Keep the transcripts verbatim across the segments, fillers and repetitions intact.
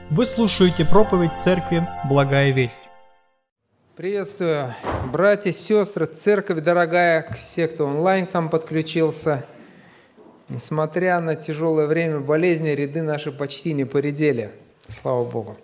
Вы слушаете проповедь Церкви Благая Весть. Приветствую, братья, сестры, церковь дорогая, все, кто онлайн там подключился. Несмотря на тяжелое время болезни, ряды наши почти не поредели, слава Богу.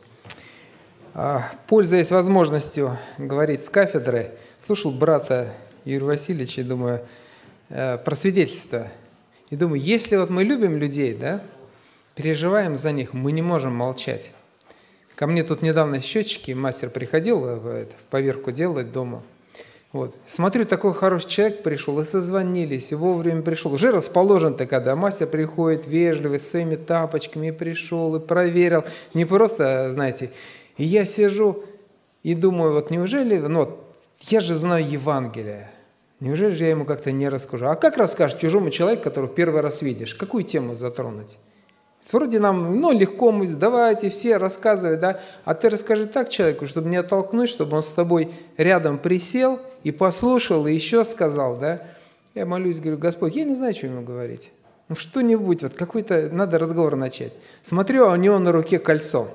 Пользуясь возможностью говорить с кафедры, слушал брата Юрия Васильевича и думаю, про свидетельство. И думаю, если вот мы любим людей, да, переживаем за них, мы не можем молчать. Ко мне тут недавно счетчики, мастер приходил в поверку делать дома. Вот. Смотрю, такой хороший человек пришел, и созвонились, и вовремя пришел. Уже расположен-то, когда мастер приходит вежливый, с своими тапочками, и пришел, и проверил. Не просто, знаете, и я сижу и думаю, вот неужели, ну вот, я же знаю Евангелие, неужели же я ему как-то не расскажу? А как расскажешь чужому человеку, которого первый раз видишь, какую тему затронуть? Вроде нам, ну, легко, мы, давайте все рассказывать, да, а ты расскажи так человеку, чтобы не оттолкнуть, чтобы он с тобой рядом присел и послушал, и еще сказал, да. Я молюсь, говорю, Господь, я не знаю, что ему говорить. Ну, что-нибудь, вот какой-то, надо разговор начать. Смотрю, а у него на руке кольцо.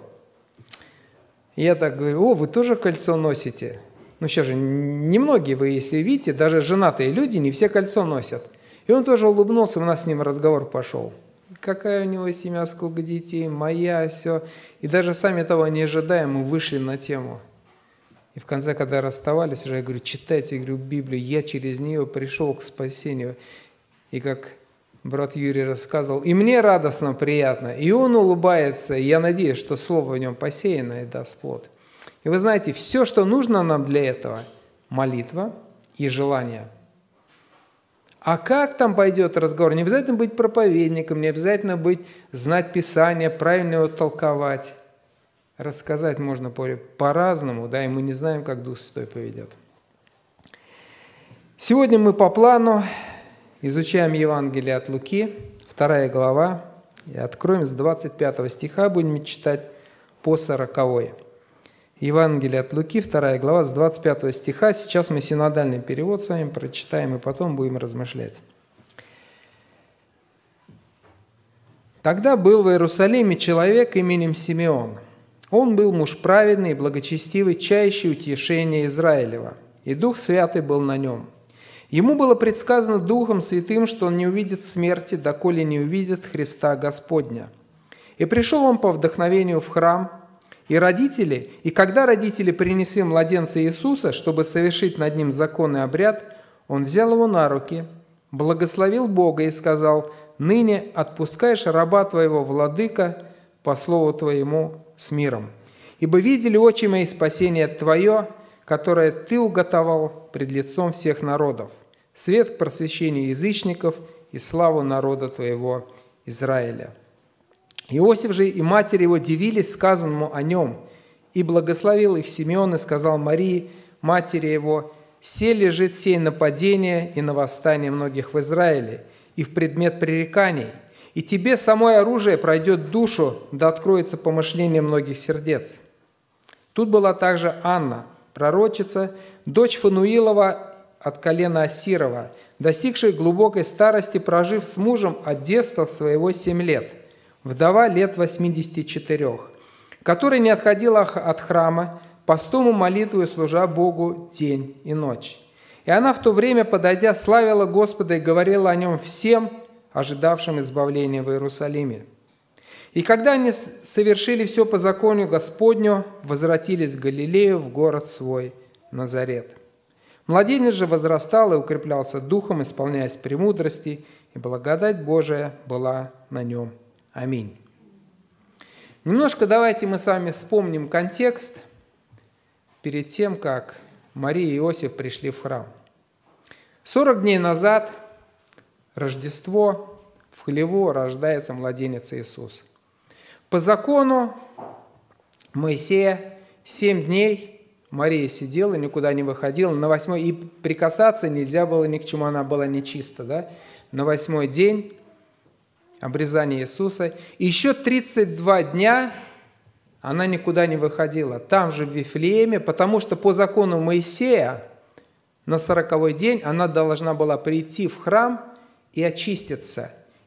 Я так говорю, о, вы тоже кольцо носите? Ну, сейчас же немногие вы, если видите, даже женатые люди, не все кольцо носят. И он тоже улыбнулся, у нас с ним разговор пошел. Какая у него семья, сколько детей, моя, все. И даже сами того не ожидая, мы вышли на тему. И в конце, когда расставались, уже я говорю, читайте, я говорю, Библию, я через нее пришел к спасению. И как брат Юрий рассказывал, и мне радостно, приятно, и он улыбается, и я надеюсь, что слово в нем посеяно и даст плод. И вы знаете, все, что нужно нам для этого, молитва и желание. А как там пойдет разговор? Не обязательно быть проповедником, не обязательно быть, знать Писание, правильно его толковать. Рассказать можно по-разному, да, и мы не знаем, как Дух Святой поведет. Сегодня мы по плану изучаем Евангелие от Луки, вторая глава, и откроем с двадцать пятого стиха, будем читать по сороковой. Евангелие от Луки, вторая глава, с двадцать пятого стиха. Сейчас мы синодальный перевод с вами прочитаем, и потом будем размышлять. «Тогда был в Иерусалиме человек именем Симеон. Он был муж праведный и благочестивый, чающий утешение Израилева, и Дух Святый был на нем. Ему было предсказано Духом Святым, что он не увидит смерти, доколе не увидит Христа Господня. И пришел он по вдохновению в храм, И родители, и когда родители принесли младенца Иисуса, чтобы совершить над ним законный обряд, он взял его на руки, благословил Бога и сказал: «Ныне отпускаешь раба твоего, владыка, по слову твоему с миром. Ибо видели очи мои спасение твое, которое ты уготовал пред лицом всех народов, свет к просвещению язычников и славу народа твоего Израиля». Иосиф же и матери его дивились сказанному о нем, и благословил их Симеон и сказал Марии, матери его: «Се лежит сей нападение и на восстание многих в Израиле, и в предмет пререканий, и тебе самое оружие пройдет душу, да откроется помышление многих сердец». Тут была также Анна, пророчица, дочь Фануилова от колена Ассирова, достигшая глубокой старости, прожив с мужем от девства своего семь лет, вдова лет восьмидесяти четырех, которая не отходила от храма, постом и молитвою служа Богу день и ночь. И она в то время, подойдя, славила Господа и говорила о нем всем, ожидавшим избавления в Иерусалиме. И когда они совершили все по закону Господню, возвратились в Галилею, в город свой Назарет. Младенец же возрастал и укреплялся духом, исполняясь премудрости, и благодать Божия была на нем. Аминь. Немножко давайте мы с вами вспомним контекст перед тем, как Мария и Иосиф пришли в храм. Сорок дней назад, Рождество, в хлеву рождается младенец Иисус. По закону Моисея семь дней Мария сидела, никуда не выходила, на восьмой и прикасаться нельзя было ни к чему, она была нечиста, да? На восьмой день обрезание Иисуса. И еще тридцать два дня она никуда не выходила. Там же в Вифлееме, потому что по закону Моисея на сороковой день она должна была прийти в храм и очиститься.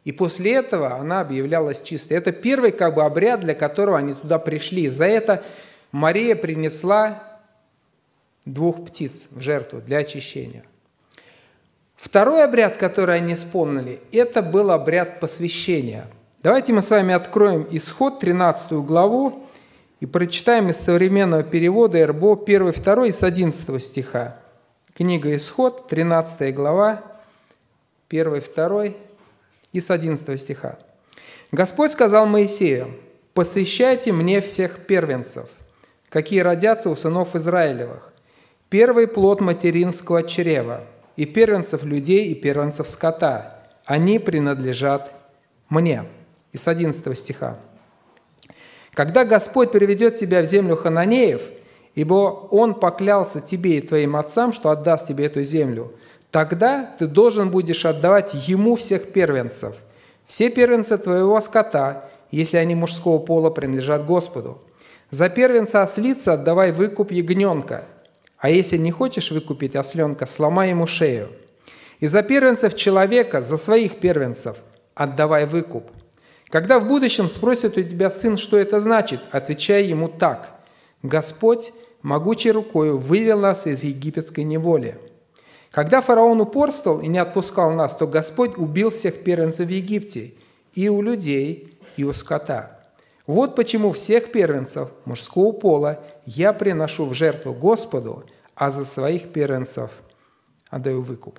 И после этого она объявлялась чистой. Это первый как бы обряд, для которого они туда пришли. За это Мария принесла двух птиц в жертву для очищения. Второй обряд, который они вспомнили, это был обряд посвящения. Давайте мы с вами откроем Исход, тринадцатую главу, и прочитаем из современного перевода эр бэ о первый, второй и с одиннадцатого стиха. Книга Исход, тринадцатая глава, первый, второй и с одиннадцатого стиха. «Господь сказал Моисею: посвящайте мне всех первенцев, какие родятся у сынов Израилевых, первый плод материнского чрева, и первенцев людей, и первенцев скота. Они принадлежат мне». И с одиннадцатого стиха. «Когда Господь приведет тебя в землю хананеев, ибо Он поклялся тебе и твоим отцам, что отдаст тебе эту землю, тогда ты должен будешь отдавать Ему всех первенцев, все первенцы твоего скота, если они мужского пола принадлежат Господу. За первенца ослица отдавай выкуп ягненка, а если не хочешь выкупить осленка, сломай ему шею. И за первенцев человека, за своих первенцев, отдавай выкуп. Когда в будущем спросит у тебя сын, что это значит, отвечай ему так: Господь могучей рукою вывел нас из египетской неволи. Когда фараон упорствовал и не отпускал нас, то Господь убил всех первенцев в Египте, и у людей, и у скота. Вот почему всех первенцев мужского пола я приношу в жертву Господу, а за своих первенцев отдаю выкуп».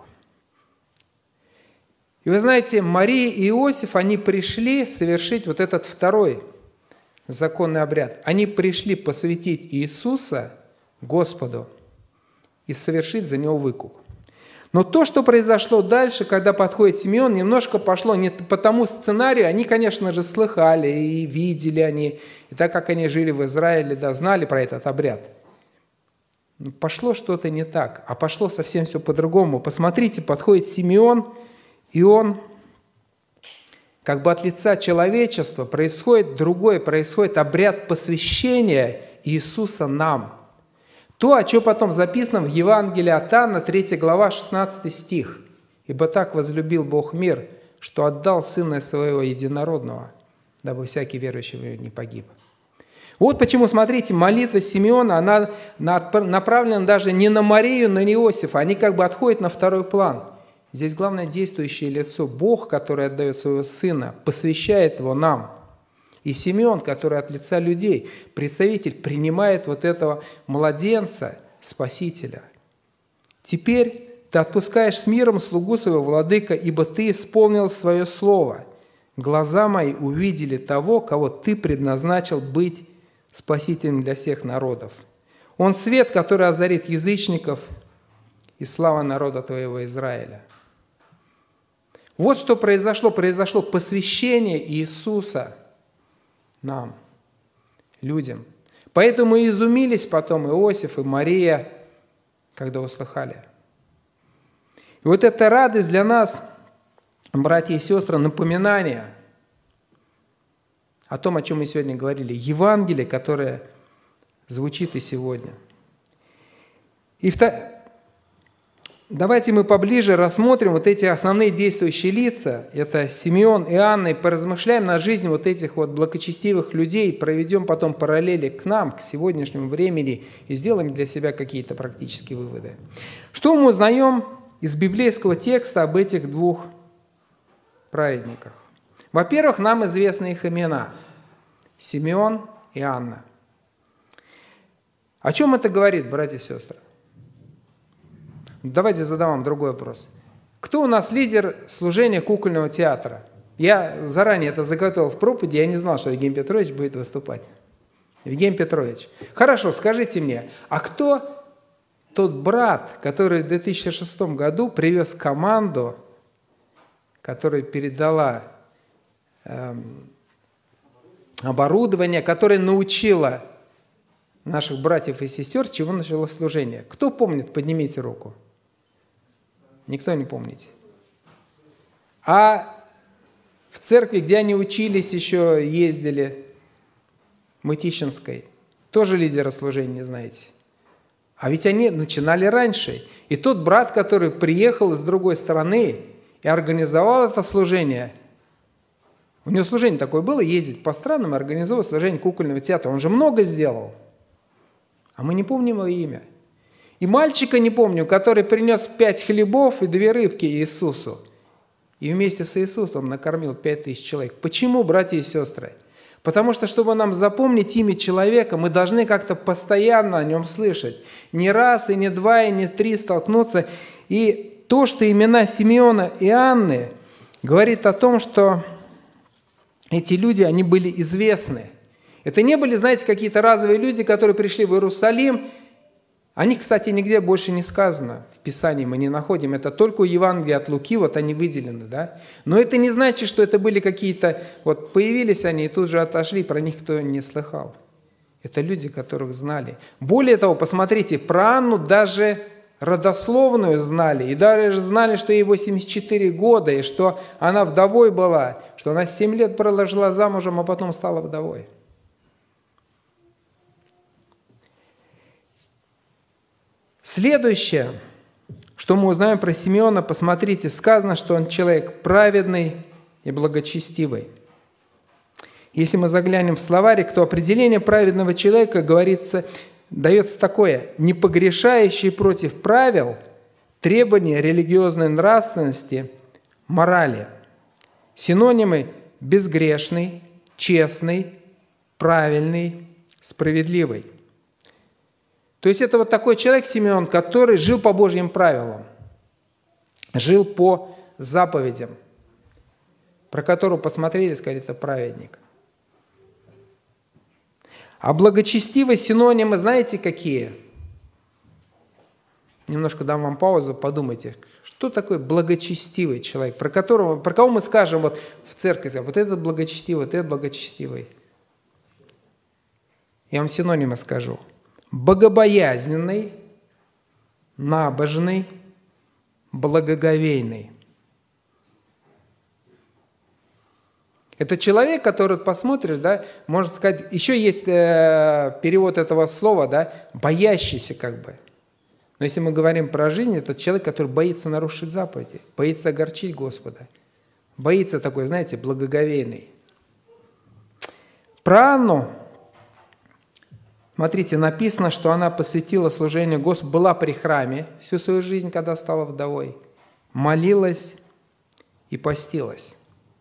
И вы знаете, Мария и Иосиф, они пришли совершить вот этот второй законный обряд. Они пришли посвятить Иисуса Господу и совершить за него выкуп. Но то, что произошло дальше, когда подходит Симеон, немножко пошло не по тому сценарию. Они, конечно же, слыхали и видели они, и так как они жили в Израиле, да, знали про этот обряд. Но пошло что-то не так, а пошло совсем все по-другому. Посмотрите, подходит Симеон, и он, как бы от лица человечества, происходит другой, происходит обряд посвящения Иисуса нам. То, о чем потом записано в Евангелии от Иоанна, третья глава, шестнадцатый стих. «Ибо так возлюбил Бог мир, что отдал Сына Своего Единородного, дабы всякий верующий в Него не погиб». Вот почему, смотрите, молитва Симеона, она направлена даже не на Марию, на Иосифа, они как бы отходят на второй план. Здесь главное действующее лицо, Бог, который отдает своего Сына, посвящает его нам. И Симеон, который от лица людей, представитель, принимает вот этого младенца, Спасителя. «Теперь ты отпускаешь с миром слугу своего, владыка, ибо ты исполнил свое слово. Глаза мои увидели того, кого ты предназначил быть Спасителем для всех народов. Он свет, который озарит язычников, и слава народа твоего Израиля». Вот что произошло. Произошло посвящение Иисуса нам, людям. Поэтому и изумились потом Иосиф и Мария, когда услыхали. И вот эта радость для нас, братья и сестры, напоминание о том, о чем мы сегодня говорили, Евангелие, которое звучит и сегодня. И второе. Давайте мы поближе рассмотрим вот эти основные действующие лица. Это Симеон и Анна, и поразмышляем над жизнью вот этих вот благочестивых людей, проведем потом параллели к нам, к сегодняшнему времени и сделаем для себя какие-то практические выводы. Что мы узнаем из библейского текста об этих двух праведниках? Во-первых, нам известны их имена – Симеон и Анна. О чем это говорит, братья и сестры? Давайте задам вам другой вопрос. Кто у нас лидер служения кукольного театра? Я заранее это заготовил в проповеди, я не знал, что Евгений Петрович будет выступать. Евгений Петрович, хорошо, скажите мне, а кто тот брат, который в две тысячи шестом году привез команду, которая передала эм, оборудование, которая научила наших братьев и сестер, с чего началось служение? Кто помнит? Поднимите руку. Никто не помнит. А в церкви, где они учились, еще ездили, Мытищинской, тоже лидера служения не знаете. А ведь они начинали раньше. И тот брат, который приехал из другой страны и организовал это служение, У него служение такое было, ездить по странам и организовывать служение кукольного театра. Он же много сделал. А мы не помним его имя. И мальчика не помню, который принес пять хлебов и две рыбки Иисусу. И вместе с Иисусом накормил пять тысяч человек. Почему, братья и сестры? Потому что, чтобы нам запомнить имя человека, мы должны как-то постоянно о нем слышать. Не раз, и не два, и не три столкнуться. И то, что имена Симеона и Анны говорит о том, что эти люди, они были известны. Это не были, знаете, какие-то разовые люди, которые пришли в Иерусалим. О них, кстати, нигде больше не сказано. В Писании мы не находим. Это только у Евангелия от Луки, вот они выделены. Да? Но это не значит, что это были какие-то... Вот появились они и тут же отошли, про них кто не слыхал. Это люди, которых знали. Более того, посмотрите, про Анну даже родословную знали. И даже знали, что ей восемьдесят четыре года, и что она вдовой была, что она семь лет прожила замужем, а потом стала вдовой. Следующее, что мы узнаем про Симеона, посмотрите, сказано, что он человек праведный и благочестивый. Если мы заглянем в словарик, то определение праведного человека говорится, дается такое: не погрешающий против правил, требований религиозной нравственности, морали. Синонимы: безгрешный, честный, правильный, справедливый. То есть это вот такой человек, Симеон, который жил по Божьим правилам, жил по заповедям, про которого посмотрели, сказали, это праведник. А благочестивые синонимы, знаете, какие? Немножко дам вам паузу, подумайте, что такое благочестивый человек, про которого, про кого мы скажем вот в церкви, вот этот благочестивый, вот этот благочестивый. Я вам синонимы скажу. Богобоязненный, набожный, благоговейный. Это человек, который посмотришь, да, можно сказать, еще есть э, перевод этого слова, да, боящийся как бы. Но если мы говорим про жизнь, это человек, который боится нарушить заповеди, боится огорчить Господа, боится такой, знаете, благоговейный. Про Анну, смотрите, написано, что она посвятила служению Господу, была при храме всю свою жизнь, когда стала вдовой, молилась и постилась.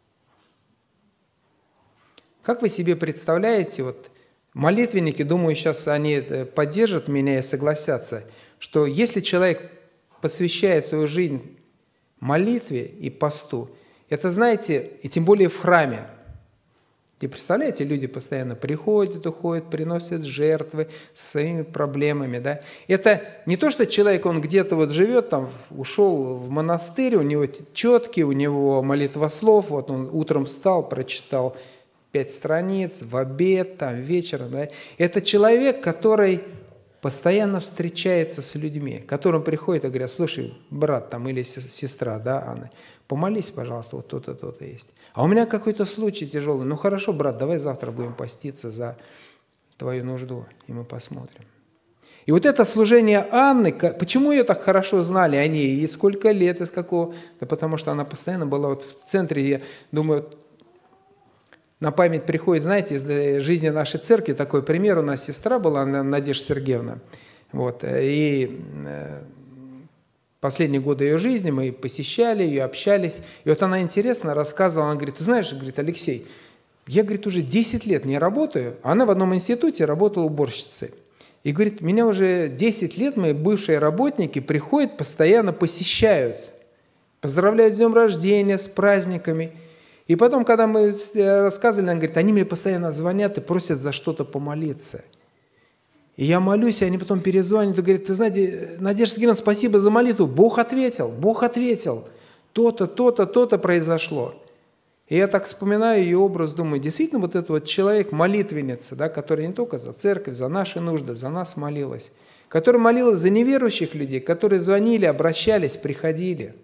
Как вы себе представляете, вот молитвенники, думаю, сейчас они поддержат меня и согласятся, что если человек посвящает свою жизнь молитве и посту, это, знаете, и тем более в храме. И представляете, люди постоянно приходят, уходят, приносят жертвы со своими проблемами. Да? Это не то, что человек, он где-то вот живет, там, ушел в монастырь, у него четкий, у него молитвослов, вот он утром встал, прочитал пять страниц, в обед, там, вечером. Да? Это человек, который постоянно встречается с людьми, к которым приходят и говорят: слушай, брат там, или сестра, да, Анна, помолись, пожалуйста, вот то-то, то-то есть. А у меня какой-то случай тяжелый. Ну хорошо, брат, давай завтра будем поститься за твою нужду, и мы посмотрим. И вот это служение Анны, почему ее так хорошо знали о ней, и сколько лет, из какого? Да потому что она постоянно была вот в центре, я думаю, на память приходит, знаете, из жизни нашей церкви такой пример. У нас сестра была, Надежда Сергеевна, вот, и последние годы ее жизни мы посещали ее, общались, и вот она интересно рассказывала, она говорит: ты знаешь, говорит, Алексей, я, говорит, уже десять лет не работаю, а она в одном институте работала уборщицей. И говорит, меня уже десять лет мои бывшие работники приходят, постоянно посещают, поздравляют с днем рождения, с праздниками. И потом, когда мы рассказывали, она говорит, они мне постоянно звонят и просят за что-то помолиться. И я молюсь, и они потом перезвонят и говорят: ты знаете, Надежда Сергеевна, спасибо за молитву. Бог ответил, Бог ответил. То-то, то-то, то-то произошло. И я так вспоминаю ее образ, думаю, действительно, вот этот вот человек, молитвенница, да, которая не только за церковь, за наши нужды, за нас молилась, которая молилась за неверующих людей, которые звонили, обращались, приходили.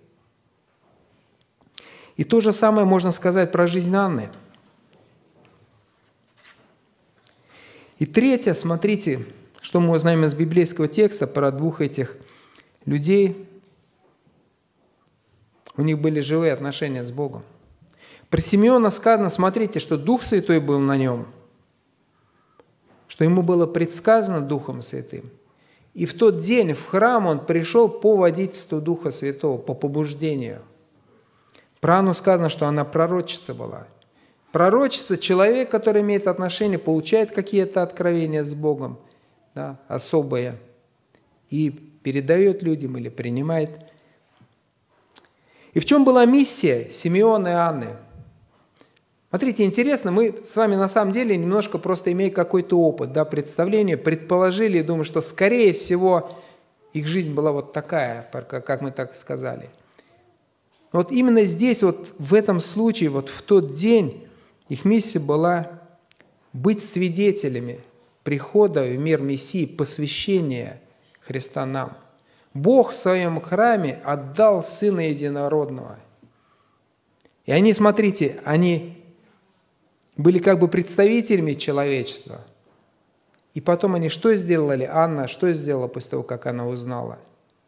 И то же самое можно сказать про жизнь Анны. И третье, смотрите, что мы узнаем из библейского текста про двух этих людей. У них были живые отношения с Богом. Про Симеона сказано, смотрите, что Дух Святой был на нем, что ему было предсказано Духом Святым. И в тот день в храм он пришел по водительству Духа Святого, по побуждению. Про Анну сказано, что она пророчица была. Пророчица – человек, который имеет отношение, получает какие-то откровения с Богом, да, особые, и передает людям или принимает. И в чем была миссия Симеона и Анны? Смотрите, интересно, мы с вами на самом деле немножко просто имея какой-то опыт, да, представление, предположили и думаем, что скорее всего их жизнь была вот такая, как мы так сказали. Вот именно здесь, вот в этом случае, вот в тот день их миссия была быть свидетелями прихода в мир Мессии, посвящения Христа нам. Бог в своем храме отдал Сына Единородного. И они, смотрите, они были как бы представителями человечества. И потом они что сделали? Анна что сделала после того, как она узнала?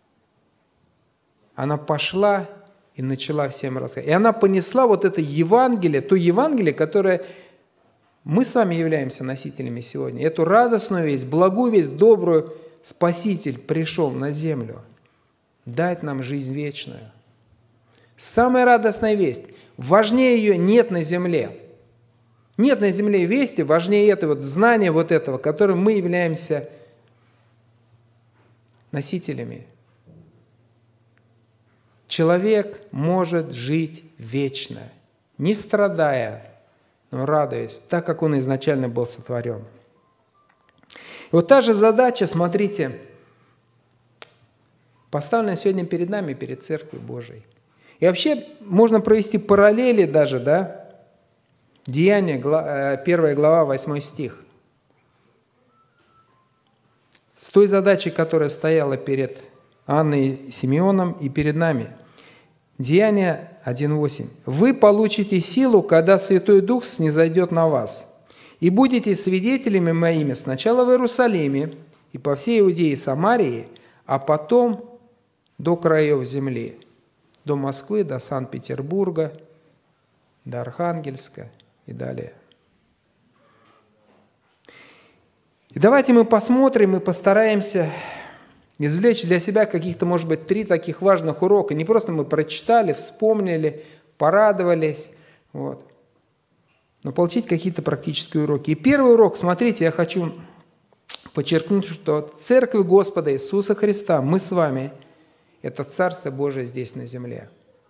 Она пошла и начала всем рассказывать. И она понесла вот это Евангелие, то Евангелие, которое мы с вами являемся носителями сегодня. Эту радостную весть, благую весть, добрую, Спаситель пришел на землю дать нам жизнь вечную. Самая радостная весть. Важнее ее нет на земле. Нет на земле вести, важнее это вот знание вот этого, которым мы являемся носителями. Человек может жить вечно, не страдая, но радуясь, так как он изначально был сотворен. И вот та же задача, смотрите, поставлена сегодня перед нами, перед Церковью Божией. И вообще можно провести параллели даже, да, Деяния, первая глава, восьмой стих. С той задачей, которая стояла перед Анной и Симеоном и перед нами. Деяния один восемь. «Вы получите силу, когда Святой Дух снизойдет на вас, и будете свидетелями моими сначала в Иерусалиме и по всей Иудее и Самарии, а потом до краев земли, до Москвы, до Санкт-Петербурга, до Архангельска». И далее. И давайте мы посмотрим и постараемся извлечь для себя каких-то, может быть, три таких важных урока. Не просто мы прочитали, вспомнили, порадовались, вот, но получить какие-то практические уроки. И первый урок, смотрите, я хочу подчеркнуть, что Церковь Господа Иисуса Христа, мы с вами, это Царство Божие здесь на земле.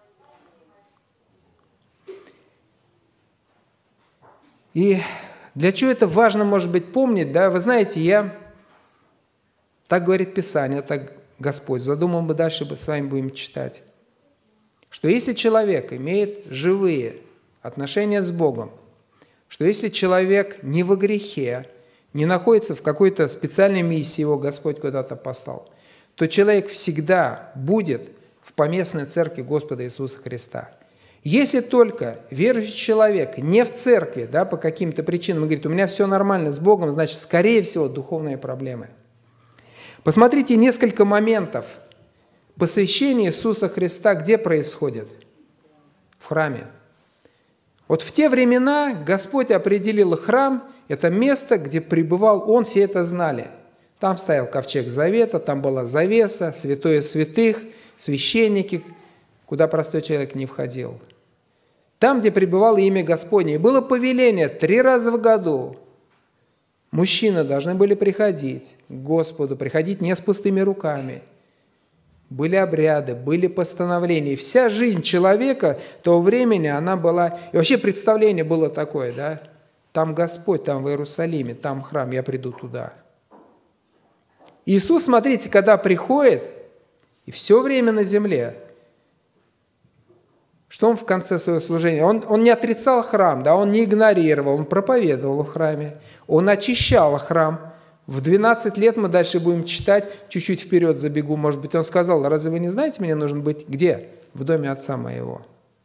И для чего это важно, может быть, помнить, да? Вы знаете, я, так говорит Писание, так Господь, задумал бы дальше, с вами будем читать, что если человек имеет живые отношения с Богом, что если человек не во грехе, не находится в какой-то специальной миссии, его Господь куда-то послал, то человек всегда будет в поместной церкви Господа Иисуса Христа. Если только верующий человек не в церкви, да, по каким-то причинам, говорит, у меня все нормально с Богом, значит, скорее всего, духовные проблемы. Посмотрите несколько моментов посвящения Иисуса Христа, где происходит? В храме. Вот в те времена Господь определил храм, это место, где пребывал Он, все это знали. Там стоял ковчег завета, там была завеса, святое святых, священники, куда простой человек не входил. Там, где пребывало имя Господне. И было повеление три раза в году. Мужчины должны были приходить к Господу, приходить не с пустыми руками. Были обряды, были постановления. И вся жизнь человека того времени, она была... И вообще представление было такое, да? Там Господь, там в Иерусалиме, там храм, я приду туда. Иисус, смотрите, когда приходит, и все время на земле, что Он в конце своего служения? Он, он не отрицал храм, да, Он не игнорировал, Он проповедовал в храме, Он очищал храм. В двенадцать лет мы дальше будем читать, чуть-чуть вперед забегу, может быть, Он сказал, разве вы не знаете, мне нужно быть где? В доме Отца моего.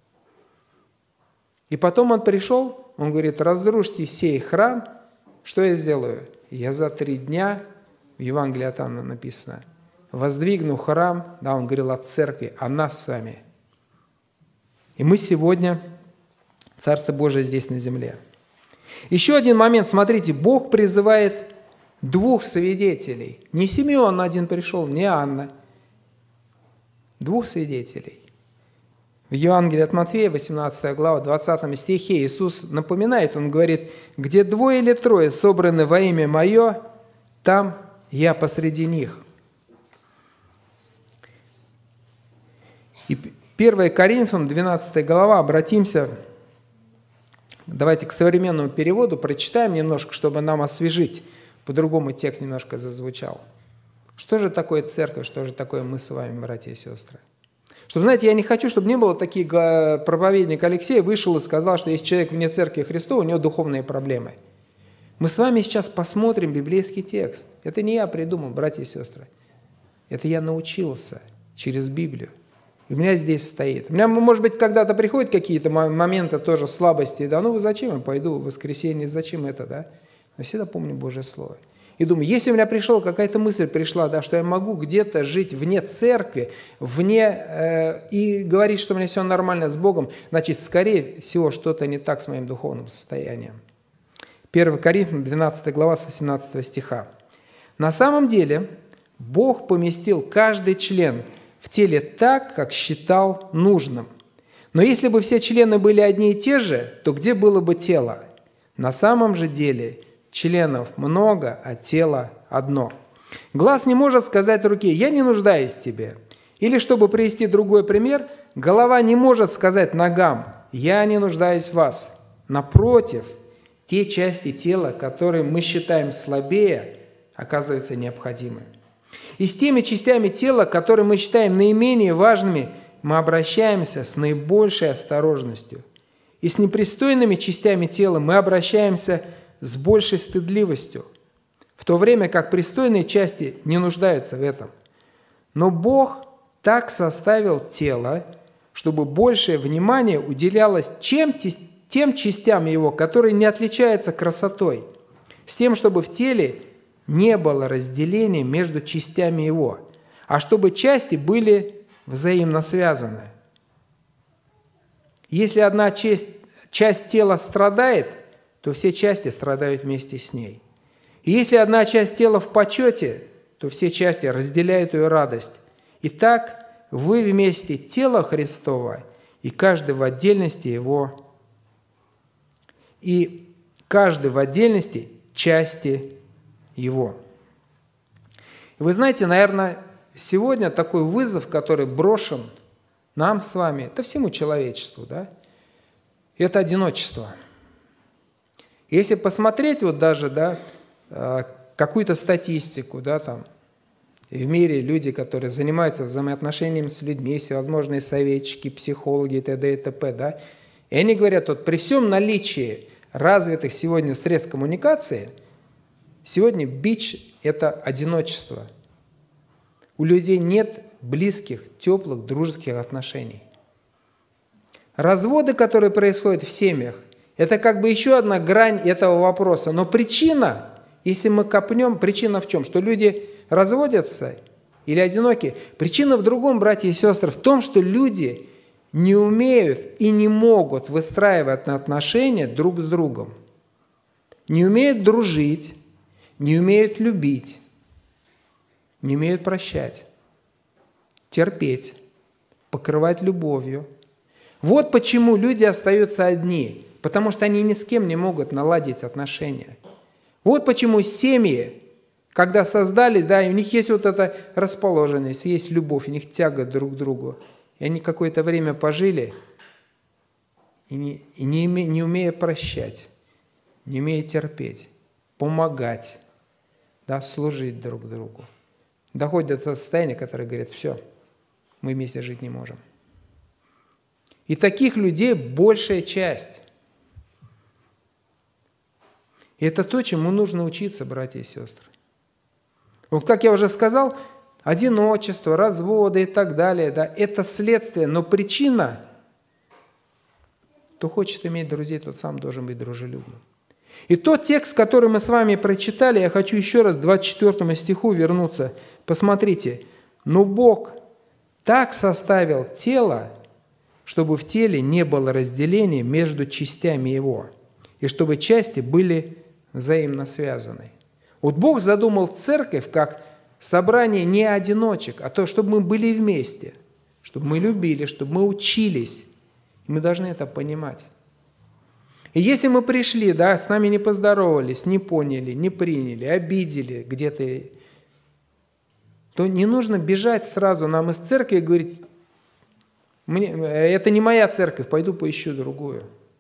И потом Он пришел, Он говорит, разрушьте сей храм, что я сделаю? Я за три дня, в Евангелии от Иоанна написано, воздвигну храм, да, Он говорил о церкви, о нас с вами. И мы сегодня Царство Божие здесь на земле. Еще один момент, смотрите, Бог призывает двух свидетелей. Не Симеон один пришел, не Анна. Двух свидетелей. В Евангелии от Матфея, восемнадцатая глава, двадцатом стихе Иисус напоминает, Он говорит: «Где двое или трое собраны во имя Мое, там Я посреди них». И первое Коринфянам, двенадцатая глава, обратимся, давайте к современному переводу, прочитаем немножко, чтобы нам освежить. По-другому текст немножко зазвучал. Что же такое церковь, что же такое мы с вами, братья и сестры? Чтобы, знаете, я не хочу, чтобы не было таких, проповедник Алексей вышел и сказал, что если человек вне церкви Христова, у него духовные проблемы. Мы с вами сейчас посмотрим библейский текст. Это не я придумал, братья и сестры. Это я научился через Библию. И у меня здесь стоит. У меня, может быть, когда-то приходят какие-то моменты тоже слабости. Да ну зачем я пойду в воскресенье, зачем это, да? Я всегда помню Божье Слово. И думаю, если у меня пришла какая-то мысль, пришла, да, что я могу где-то жить вне церкви, вне, э, и говорить, что у меня все нормально с Богом, значит, скорее всего, что-то не так с моим духовным состоянием. первое Коринфянам, двенадцатая глава, с восемнадцатого стиха. «На самом деле, Бог поместил каждый член в теле так, как считал нужным. Но если бы все члены были одни и те же, то где было бы тело? На самом же деле членов много, а тело одно. Глаз не может сказать руке: «Я не нуждаюсь в тебе». Или, чтобы привести другой пример, голова не может сказать ногам: «Я не нуждаюсь в вас». Напротив, те части тела, которые мы считаем слабее, оказываются необходимы. И с теми частями тела, которые мы считаем наименее важными, мы обращаемся с наибольшей осторожностью. И с непристойными частями тела мы обращаемся с большей стыдливостью, в то время как пристойные части не нуждаются в этом. Но Бог так составил тело, чтобы большее внимание уделялось чем, тем частям его, которые не отличаются красотой, с тем, чтобы в теле не было разделения между частями его, а чтобы части были взаимно связаны. Если одна часть, часть тела страдает, то все части страдают вместе с ней. И если одна часть тела в почете, то все части разделяют ее радость. Итак, вы вместе тело Христово, и каждый в отдельности его, и каждый в отдельности части его. И вы знаете, наверное, сегодня такой вызов, который брошен нам с вами, да всему человечеству, да, это одиночество. Если посмотреть вот даже, да, какую-то статистику, да, там, в мире люди, которые занимаются взаимоотношениями с людьми, всевозможные советчики, психологи и т.д. и т.п., да, и они говорят, вот при всем наличии развитых сегодня средств коммуникации, сегодня бич – это одиночество. У людей нет близких, теплых, дружеских отношений. Разводы, которые происходят в семьях, это как бы еще одна грань этого вопроса. Но причина, если мы копнем, причина в чем? Что люди разводятся или одиноки? Причина в другом, братья и сестры, в том, что люди не умеют и не могут выстраивать отношения друг с другом. Не умеют дружить, не умеют любить, не умеют прощать, терпеть, покрывать любовью. Вот почему люди остаются одни, потому что они ни с кем не могут наладить отношения. Вот почему семьи, когда создались, да, и у них есть вот эта расположенность, есть любовь, у них тяга друг к другу. И они какое-то время пожили, и не, и не, име, не умея прощать, не умея терпеть, помогать, да, служить друг другу. Доходят до состояния, которое говорит, все, мы вместе жить не можем. И таких людей большая часть. И это то, чему нужно учиться, братья и сестры. Вот как я уже сказал, одиночество, разводы и так далее, да, это следствие, но причина, кто хочет иметь друзей, тот сам должен быть дружелюбным. И тот текст, который мы с вами прочитали, я хочу еще раз к двадцать четвёртому стиху вернуться. Посмотрите, но Бог так составил тело, чтобы в теле не было разделения между частями его, и чтобы части были взаимно связаны. Вот Бог задумал церковь как собрание не одиночек, а то, чтобы мы были вместе, чтобы мы любили, чтобы мы учились. И мы должны это понимать. И если мы пришли, да, с нами не поздоровались, не поняли, не приняли, обидели где-то, то не нужно бежать сразу нам из церкви и говорить: Мне, это не моя церковь, пойду поищу другую.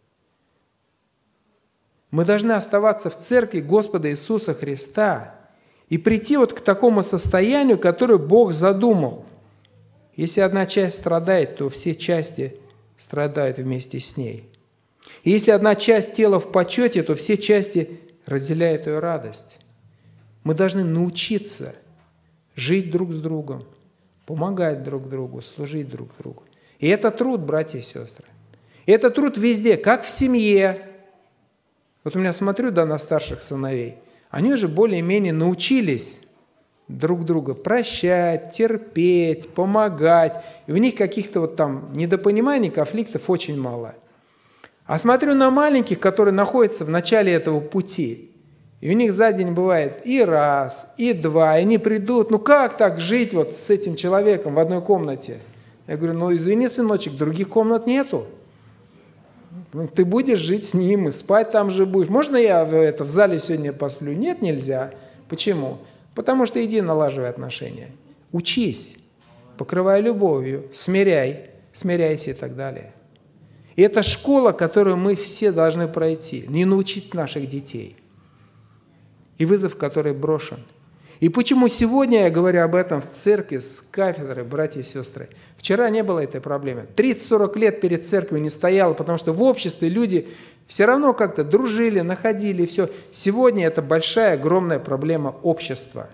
Мы должны оставаться в церкви Господа Иисуса Христа и прийти вот к такому состоянию, которое Бог задумал. Если одна часть страдает, то все части страдают вместе с ней. И если одна часть тела в почете, то все части разделяют ее радость. Мы должны научиться жить друг с другом, помогать друг другу, служить друг другу. И это труд, братья и сестры. И это труд везде, как в семье. Вот у меня смотрю, да, на старших сыновей. Они уже более-менее научились друг друга прощать, терпеть, помогать. И у них каких-то вот там недопониманий, конфликтов очень мало. А смотрю на маленьких, которые находятся в начале этого пути. И у них за день бывает и раз, и два, и они придут. Ну как так жить вот с этим человеком в одной комнате? Я говорю: ну извини, сыночек, других комнат нету. Ты будешь жить с ним и спать там же будешь. Можно я в, это, в зале сегодня посплю? Нет, нельзя. Почему? Потому что иди налаживай отношения. Учись, покрывай любовью, смиряй, смиряйся и так далее. И это школа, которую мы все должны пройти, не научить наших детей. И вызов, который брошен. И почему сегодня я говорю об этом в церкви с кафедры, братья и сестры? Вчера не было этой проблемы. тридцать-сорок лет перед церковью не стояло, потому что в обществе люди все равно как-то дружили, находили, все. Сегодня это большая, огромная проблема общества.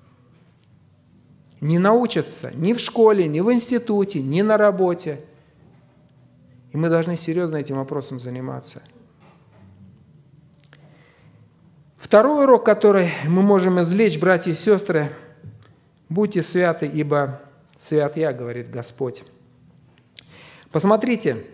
Не научатся ни в школе, ни в институте, ни на работе. И мы должны серьезно этим вопросом заниматься. Второй урок, который мы можем извлечь, братья и сестры: будьте святы, ибо свят я, говорит Господь. Посмотрите,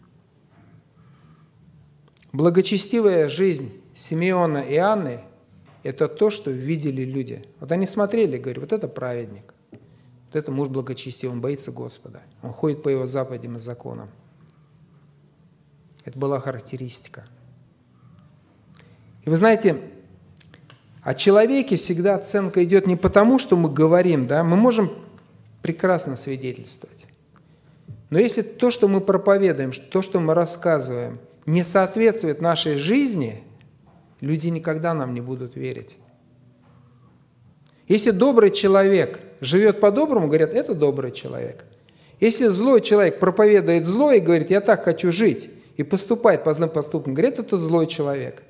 благочестивая жизнь Симеона и Анны – это то, что видели люди. Вот они смотрели, говорят: вот это праведник, вот это муж благочестивый, он боится Господа, он ходит по его заповедям и законам. Это была характеристика. И вы знаете, о человеке всегда оценка идет не потому, что мы говорим, да, мы можем прекрасно свидетельствовать. Но если то, что мы проповедуем, то, что мы рассказываем, не соответствует нашей жизни, люди никогда нам не будут верить. Если добрый человек живет по-доброму, говорят: это добрый человек. Если злой человек проповедует зло и говорит: я так хочу жить, и поступает по злым поступкам, говорят: это злой человек.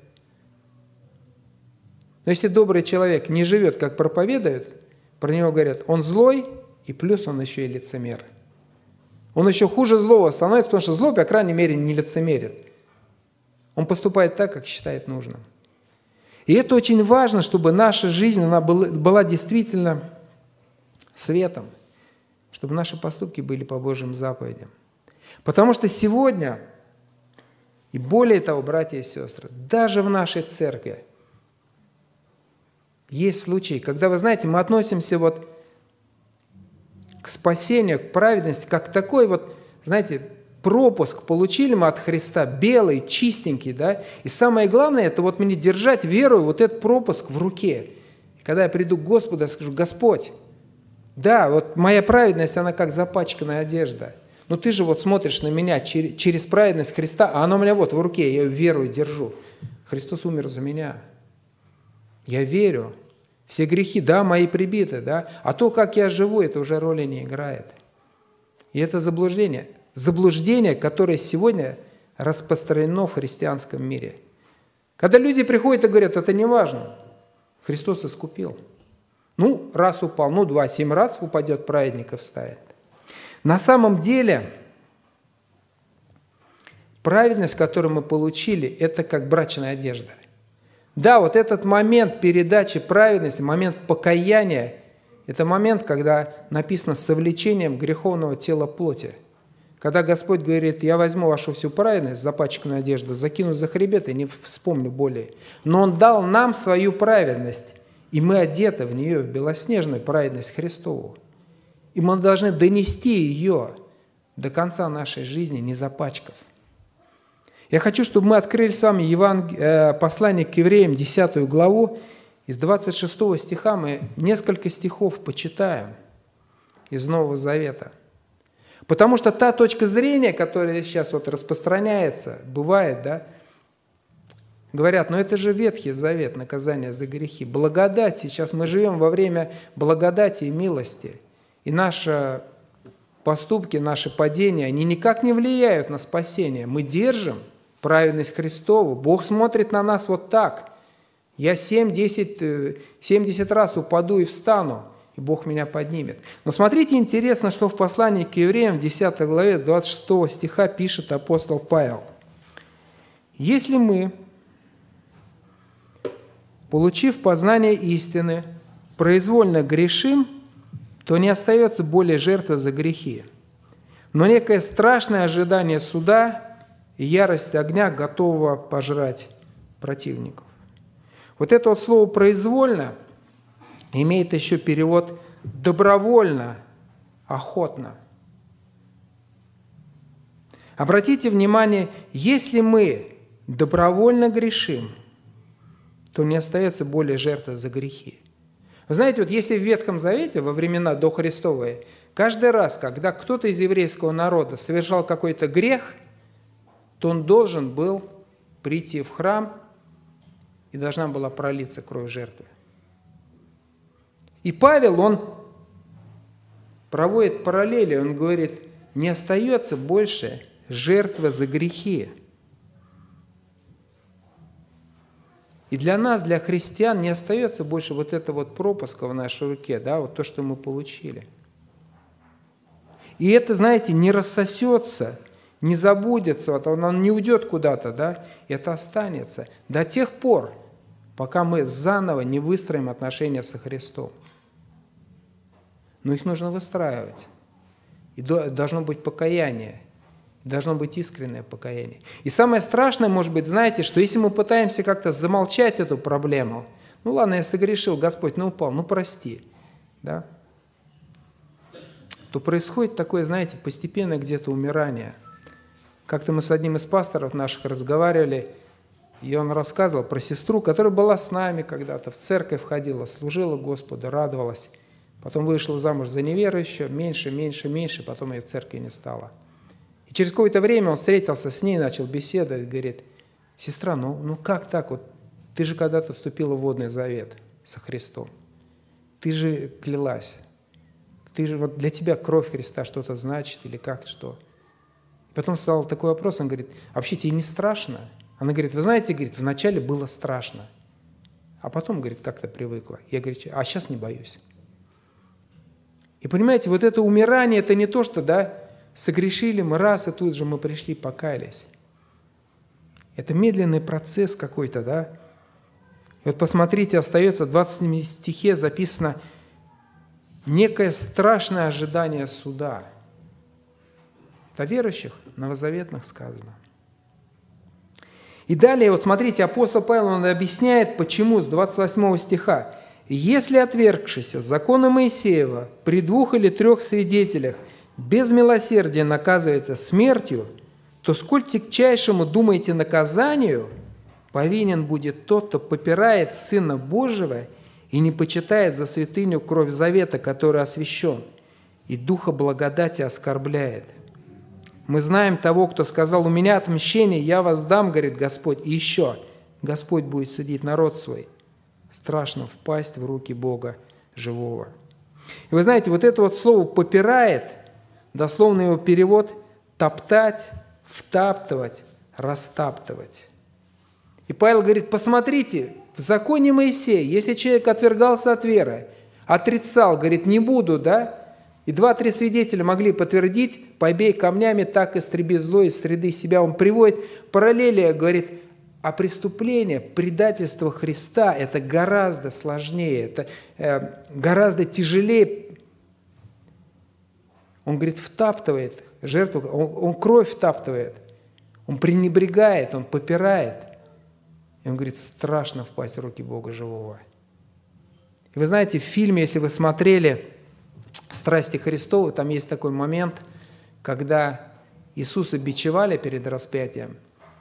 Но если добрый человек не живет, как проповедует, про него говорят: он злой, и плюс он еще и лицемер. Он еще хуже злого становится, потому что злой, по крайней мере, не лицемерит. Он поступает так, как считает нужным. И это очень важно, чтобы наша жизнь она была действительно светом, чтобы наши поступки были по Божьим заповедям. Потому что сегодня, и более того, братья и сестры, даже в нашей церкви есть случаи, когда, вы знаете, мы относимся вот к спасению, к праведности, как такой вот, знаете, пропуск получили мы от Христа, белый, чистенький, да, и самое главное, это вот мне держать веру, вот этот пропуск в руке. И когда я приду к Господу, я скажу: Господь, да, вот моя праведность, она как запачканная одежда, но ты же вот смотришь на меня через, через праведность Христа, а она у меня вот в руке, я ее веру держу. Христос умер за меня. Я верю. Все грехи, да, мои прибиты, да, а то, как я живу, это уже роли не играет. И это заблуждение. Заблуждение, которое сегодня распространено в христианском мире. Когда люди приходят и говорят: это не важно, Христос искупил. Ну, раз упал, ну, два, семь раз упадет, праведников ставит. На самом деле, праведность, которую мы получили, это как брачная одежда. Да, вот этот момент передачи праведности, момент покаяния, это момент, когда написано «совлечением греховного тела плоти». Когда Господь говорит: я возьму вашу всю праведность, запачканную одежду, закину за хребет и не вспомню более. Но Он дал нам свою праведность, и мы одеты в нее, в белоснежную праведность Христову. И мы должны донести ее до конца нашей жизни, не запачкав. Я хочу, чтобы мы открыли с вами Еванг... послание к евреям, десятую главу, из двадцать шестого стиха мы несколько стихов почитаем из Нового Завета. Потому что та точка зрения, которая сейчас вот распространяется, бывает, да, говорят: ну это же Ветхий Завет, наказание за грехи. Благодать, сейчас мы живем во время благодати и милости. И наши поступки, наши падения, они никак не влияют на спасение. Мы держим праведность Христову. Бог смотрит на нас вот так. Я семь, десять, семьдесят раз упаду и встану, и Бог меня поднимет. Но смотрите, интересно, что в послании к евреям в десятой главе двадцать шестого стиха пишет апостол Павел. «Если мы, получив познание истины, произвольно грешим, то не остается более жертвы за грехи, но некое страшное ожидание суда и ярость огня, готового пожрать противников». Вот это вот слово «произвольно» имеет еще перевод «добровольно», «охотно». Обратите внимание, если мы добровольно грешим, то не остается более жертвы за грехи. Вы знаете, вот если в Ветхом Завете, во времена дохристовые, каждый раз, когда кто-то из еврейского народа совершал какой-то грех, то он должен был прийти в храм, и должна была пролиться кровь жертвы. И Павел, он проводит параллели, он говорит: не остается больше жертвы за грехи. И для нас, для христиан, не остается больше вот этого вот пропуска в нашей руке, да, вот то, что мы получили. И это, знаете, не рассосется, не забудется, вот оно не уйдет куда-то, да, это останется до тех пор, пока мы заново не выстроим отношения со Христом. Но их нужно выстраивать. И должно быть покаяние, должно быть искреннее покаяние. И самое страшное, может быть, знаете, что если мы пытаемся как-то замолчать эту проблему, ну ладно, я согрешил, Господь, ну упал, ну прости, да, то происходит такое, знаете, постепенное где-то умирание. Как-то мы с одним из пасторов наших разговаривали, и он рассказывал про сестру, которая была с нами когда-то, в церковь ходила, служила Господу, радовалась. Потом вышла замуж за неверующую, меньше, меньше, меньше, потом ее в церкви не стало. И через какое-то время он встретился с ней, начал беседовать, говорит: сестра, ну, ну как так? Вот ты же когда-то вступила в водный завет со Христом. Ты же клялась. Ты же, вот для тебя кровь Христа что-то значит или как, что? Потом задал такой вопрос, он говорит: а вообще тебе не страшно? Она говорит: вы знаете, говорит, вначале было страшно, а потом, говорит, как-то привыкла. Я говорю: а сейчас не боюсь. И понимаете, вот это умирание, это не то, что, да, согрешили мы раз, и тут же мы пришли, покаялись. Это медленный процесс какой-то, да. И вот посмотрите, остается в двадцатом стихе записано некое страшное ожидание суда. Это верующих, новозаветных сказано. И далее, вот смотрите, апостол Павел, он объясняет, почему, с двадцать восьмого стиха. «Если отвергшийся закона Моисеева при двух или трех свидетелях без милосердия наказывается смертью, то сколь тягчайшему, думаете, наказанию повинен будет тот, кто попирает Сына Божьего и не почитает за святыню кровь завета, который освящен, и духа благодати оскорбляет. Мы знаем того, кто сказал: у меня отмщение, я воздам, говорит Господь, и еще Господь будет судить народ свой. Страшно впасть в руки Бога живого». И вы знаете, вот это вот слово «попирает», дословно его перевод «топтать», «втаптывать», «растаптывать». И Павел говорит: посмотрите, в законе Моисея, если человек отвергался от веры, отрицал, говорит: не буду, да, и два-три свидетеля могли подтвердить: побей камнями, так истреби зло из среды себя. Он приводит параллели, говорит, а преступление, предательство Христа – это гораздо сложнее, это э, гораздо тяжелее. Он говорит, втаптывает жертву, он, он кровь втаптывает, он пренебрегает, он попирает. И он говорит, страшно впасть в руки Бога живого. И вы знаете, в фильме, если вы смотрели «Страсти Христовы», там есть такой момент, когда Иисуса бичевали перед распятием,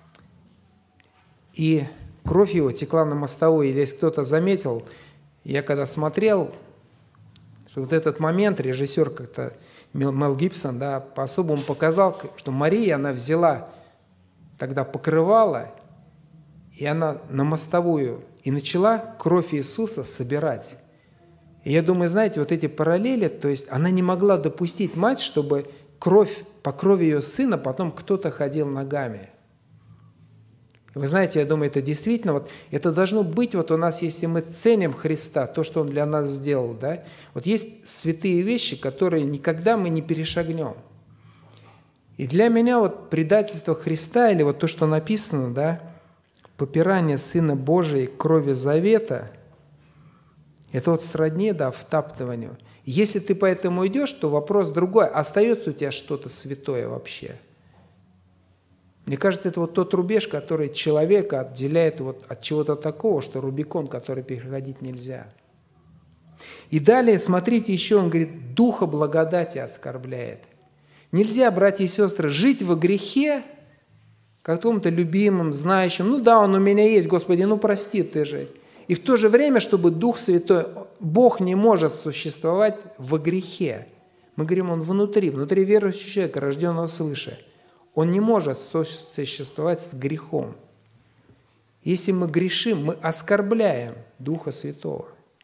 и кровь его текла на мостовой. И если кто-то заметил, я когда смотрел, что вот этот момент режиссер как-то, Мел Гибсон, да, по-особому показал, что Мария, она взяла тогда покрывало, и она на мостовую, и начала кровь Иисуса собирать. И я думаю, знаете, вот эти параллели, то есть она не могла допустить, мать, чтобы кровь, по крови ее сына потом кто-то ходил ногами. Вы знаете, я думаю, это действительно, вот, это должно быть вот у нас, если мы ценим Христа, то, что Он для нас сделал, да, вот есть святые вещи, которые никогда мы не перешагнем. И для меня вот предательство Христа, или вот то, что написано, да, попирание Сына Божия крови завета, это вот сродни, да, втаптыванию. Если ты по этому идешь, то вопрос другой, остается у тебя что-то святое вообще? Мне кажется, это вот тот рубеж, который человека отделяет вот от чего-то такого, что Рубикон, который переходить нельзя. И далее, смотрите, еще он говорит, духа благодати оскорбляет. Нельзя, братья и сестры, жить во грехе, каком-то любимом, знающем, ну да, он у меня есть, Господи, ну прости ты же. И в то же время, чтобы Дух Святой, Бог не может существовать во грехе. Мы говорим, он внутри, внутри верующего человека, рожденного свыше. Он не может существовать с грехом. Если мы грешим, мы оскорбляем Духа Святого.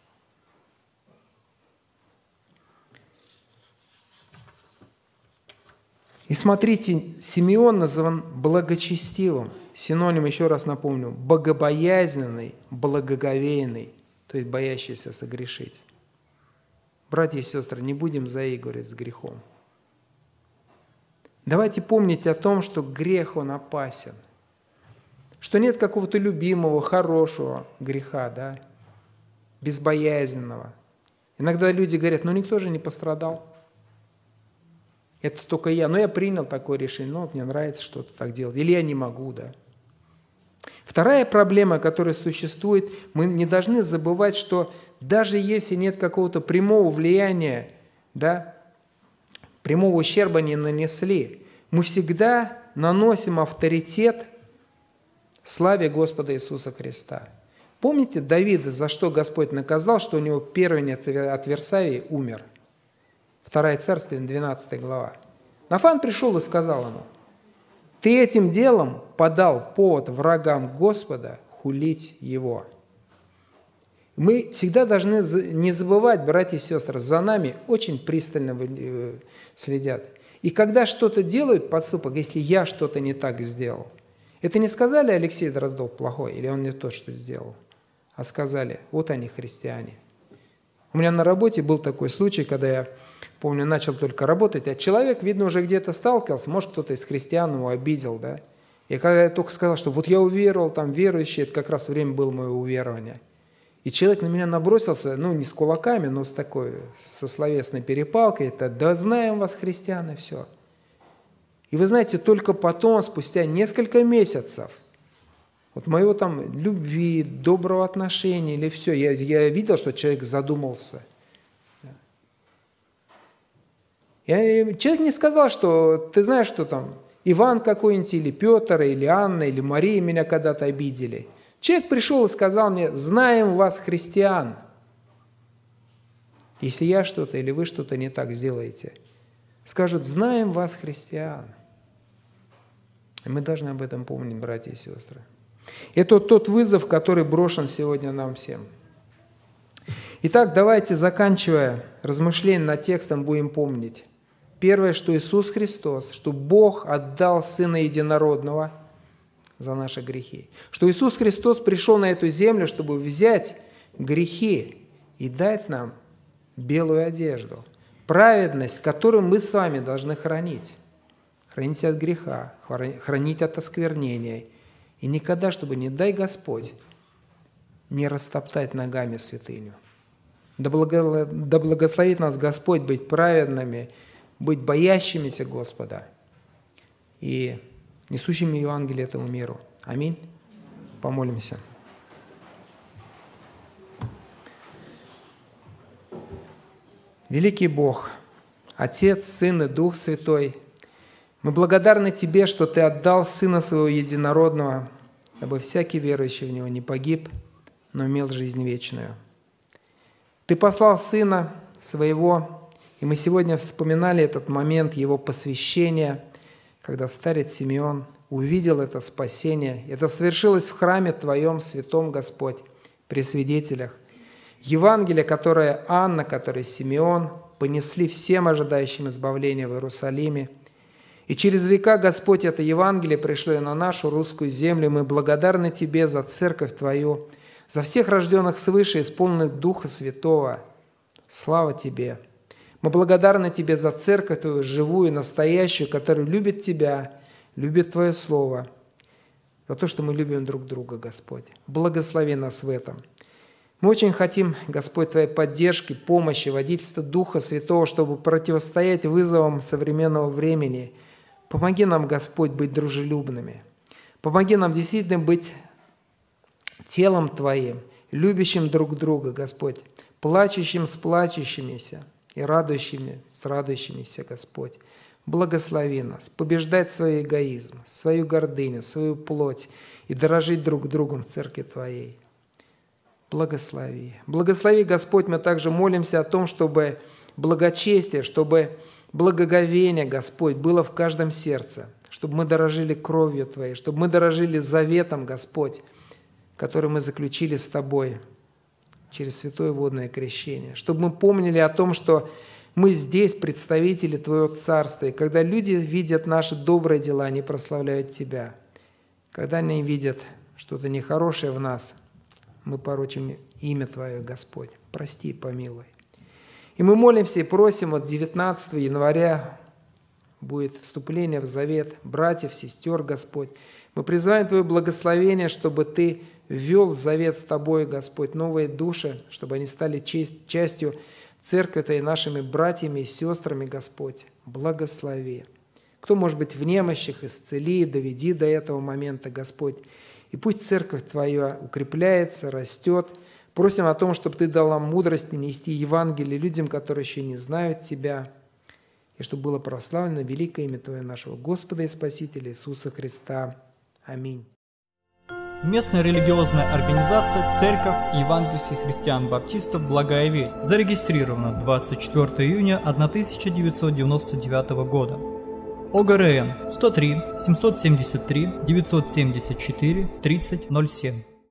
И смотрите, Симеон назван благочестивым. Синоним, еще раз напомню, богобоязненный, благоговейный, то есть боящийся согрешить. Братья и сестры, не будем заигрывать с грехом. Давайте помнить о том, что грех, он опасен. Что нет какого-то любимого, хорошего греха, да, безбоязненного. Иногда люди говорят, ну никто же не пострадал. Это только я. Но я принял такое решение, ну вот мне нравится что-то так делать. Или я не могу, да. Вторая проблема, которая существует, мы не должны забывать, что даже если нет какого-то прямого влияния, да, прямого ущерба не нанесли, мы всегда наносим авторитет славе Господа Иисуса Христа. Помните Давида, за что Господь наказал, что у него первенец от Версавии умер? Второе Царствие, двенадцатая глава. Нафан пришел и сказал ему, ты этим делом подал повод врагам Господа хулить его. Мы всегда должны не забывать, братья и сестры, за нами очень пристально следят. И когда что-то делают подсупок, если я что-то не так сделал, это не сказали Алексей Дроздов плохой, или он не то, что сделал, а сказали, вот они, христиане. У меня на работе был такой случай, когда я, помню, начал только работать, а человек, видно, уже где-то сталкивался, может, кто-то из христиан его обидел, да. И когда я только сказал, что вот я уверовал, там, верующий, это как раз время было моего уверования. И человек на меня набросился, ну, не с кулаками, но с такой, со словесной перепалкой, это «да знаем вас, христианы», все. И вы знаете, только потом, спустя несколько месяцев, вот моего там любви, доброго отношения или все, я, я видел, что человек задумался. Я, человек не сказал, что ты знаешь, что там Иван какой-нибудь, или Петр, или Анна, или Мария меня когда-то обидели. Человек пришел и сказал мне, знаем вас, христиан. Если я что-то или вы что-то не так сделаете, скажут, знаем вас, христиан. И мы должны об этом помнить, братья и сестры. Это тот вызов, который брошен сегодня нам всем. Итак, давайте, заканчивая размышления над текстом, будем помнить. Первое, что Иисус Христос, что Бог отдал Сына Единородного за наши грехи. Что Иисус Христос пришел на эту землю, чтобы взять грехи и дать нам белую одежду. Праведность, которую мы с вами должны хранить. Хранить от греха, хранить от осквернения. И никогда, чтобы, не дай Господь, не растоптать ногами святыню. Да благословит нас Господь быть праведными быть боящимися Господа и несущими Евангелие этому миру. Аминь. Помолимся. Великий Бог, Отец, Сын и Дух Святой, мы благодарны Тебе, что Ты отдал Сына Своего Единородного, дабы всякий верующий в Него не погиб, но имел жизнь вечную. Ты послал Сына Своего, и мы сегодня вспоминали этот момент Его посвящения, когда старец Симеон увидел это спасение. Это совершилось в храме Твоем, святом Господь, при свидетелях. Евангелие, которое Анна, которое Симеон понесли всем ожидающим избавления в Иерусалиме. И через века, Господь, это Евангелие пришло и на нашу русскую землю. Мы благодарны Тебе за церковь Твою, за всех рожденных свыше, исполненных Духа Святого. Слава Тебе! Мы благодарны Тебе за церковь Твою, живую, настоящую, которая любит Тебя, любит Твое Слово, за то, что мы любим друг друга, Господь. Благослови нас в этом. Мы очень хотим, Господь, Твоей поддержки, помощи, водительства Духа Святого, чтобы противостоять вызовам современного времени. Помоги нам, Господь, быть дружелюбными. Помоги нам действительно быть телом Твоим, любящим друг друга, Господь, плачущим с плачущимися и радующими с радующимися, Господь. Благослови нас, побеждать свой эгоизм, свою гордыню, свою плоть и дорожить друг другом в церкви Твоей. Благослови. Благослови, Господь, мы также молимся о том, чтобы благочестие, чтобы благоговение, Господь, было в каждом сердце, чтобы мы дорожили кровью Твоей, чтобы мы дорожили заветом, Господь, который мы заключили с Тобой через святое водное крещение, чтобы мы помнили о том, что мы здесь представители Твоего Царства, и когда люди видят наши добрые дела, они прославляют Тебя. Когда они видят что-то нехорошее в нас, мы порочим имя Твое, Господь. Прости и помилуй. И мы молимся и просим, вот девятнадцатого января будет вступление в завет братьев, сестер, Господь. Мы призываем Твое благословение, чтобы Ты ввел в завет с Тобой, Господь, новые души, чтобы они стали частью церкви Твоей, нашими братьями и сестрами, Господь. Благослови. Кто, может быть, в немощах, исцели, доведи до этого момента, Господь. И пусть церковь Твоя укрепляется, растет. Просим о том, чтобы Ты дала мудрость нести Евангелие людям, которые еще не знают Тебя, и чтобы было прославлено великое имя Твое нашего Господа и Спасителя Иисуса Христа. Аминь. Местная религиозная организация «Церковь Евангельских христиан-баптистов Благая Весть» зарегистрирована двадцать четвёртого июня тысяча девятьсот девяносто девятого года. О Г Р Н сто три семьсот семьдесят три девятьсот семьдесят четыре тридцать ноль семь.